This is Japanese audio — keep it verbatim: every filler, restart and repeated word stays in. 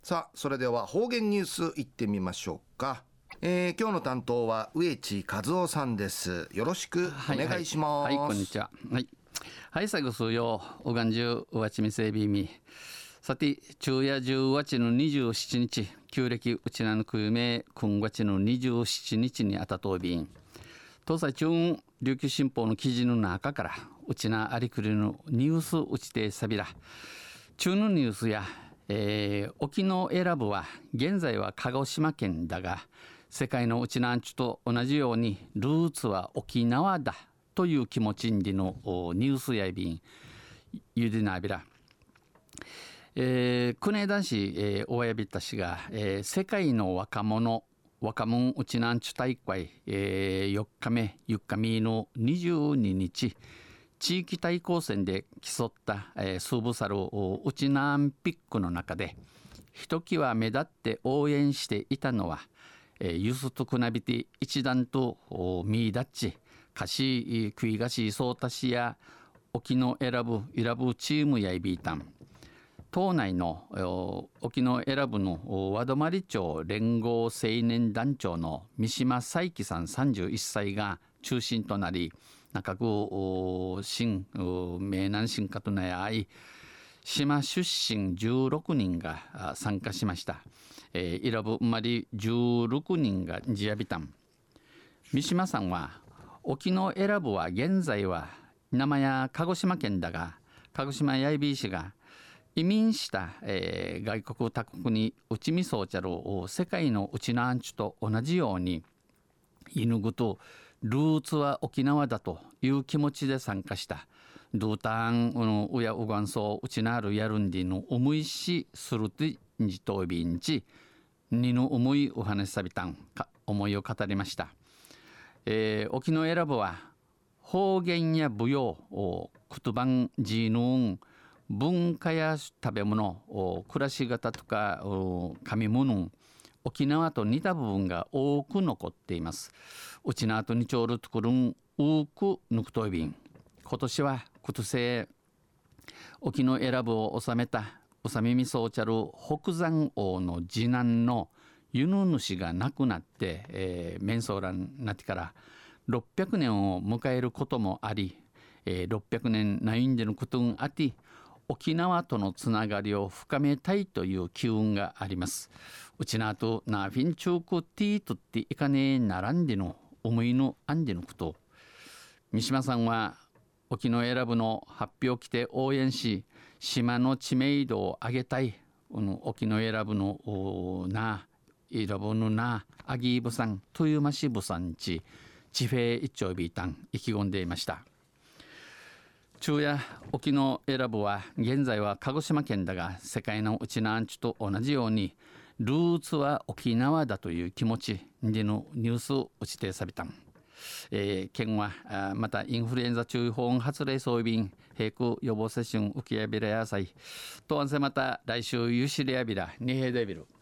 さあそれでは方言ニュースいってみましょうか。えー、今日の担当は植地和夫さんです。よろしくお願いします。 はい、はいはい、こんにちは。はいはい、最後数曜おがんじゅうわちみせびみさて昼夜じゅうわちのにじゅうしちにち旧暦うちなぬくゆめくんがちのにじゅうしちにちにあたとびん東西中琉球新報の記事の中からうちなありくりのニュースうちてさびら中のニュースや、えー、沖永良部は現在は鹿児島県だが世界のうちなんちゅと同じようにルーツは沖縄だという気持ちんでのニュースやいびんゆでなびら、えー、国枝男子、えー、大谷びったしが、えー、世界の若者若者うちなんちゅ大会、えー、よっかめゆっかみのにじゅうににち地域対抗戦で競った、えー、スーブサルうちなんピックの中でひときわ目立って応援していたのは、えー、ユスとくなびて一段と見出っちかし食いがしそうたしや沖永良部選ぶチームやいびいたん島内の沖永良部の和泊町連合青年団長の三島彩樹さんさんじゅういっさいが中心となり中区新名南新家となやい島出身じゅうろくにんが参加しました。えー、選ぶ生まれじゅうろくにんが地やびたん三島さんは沖永良部は現在は名前や鹿児島県だが鹿児島やいびい市が移民した、えー、外国他国にうちみそうちゃる世界のうちなんちゅと同じように犬ぐとルーツは沖縄だという気持ちで参加したドゥータンうやうがんそううちなるやるんでの思いしするとんじとびんちにの思いお話しさびたんか思いを語りました。えー、沖永良部は方言や舞踊言葉ジーヌーン文化や食べ物暮らし方とか紙物沖縄と似た部分が多く残っています。うちなとにちょうるとくるん多くぬくといびん今年は今年沖永良部を治めたうさみみそうちゃる北山王の次男の輸入主が亡くなって、えー、面相欄になってからろっぴゃくねんを迎えることもあり、えー、ろっぴゃくねんないんでのことんあって沖縄とのつながりを深めたいという機運があります。うちなとなフィンチュークティーとっていかねえならんでの思いのあんでのこと三島さんは沖永良部の発表を来て応援し島の知名度を上げたい沖永良部のなイラボのなアギーブさんというましぶさんち地平一丁ビータン意気込んでいました。昼夜沖永良部は現在は鹿児島県だが世界のうちなんちゅと同じようにルーツは沖縄だという気持ちでのニュースを打ちてさびたん、えー、県はまたインフルエンザ注意報発令装備便並行予防接種受けやびらやさいとあんせまた来週ゆしりやびらにへいでびる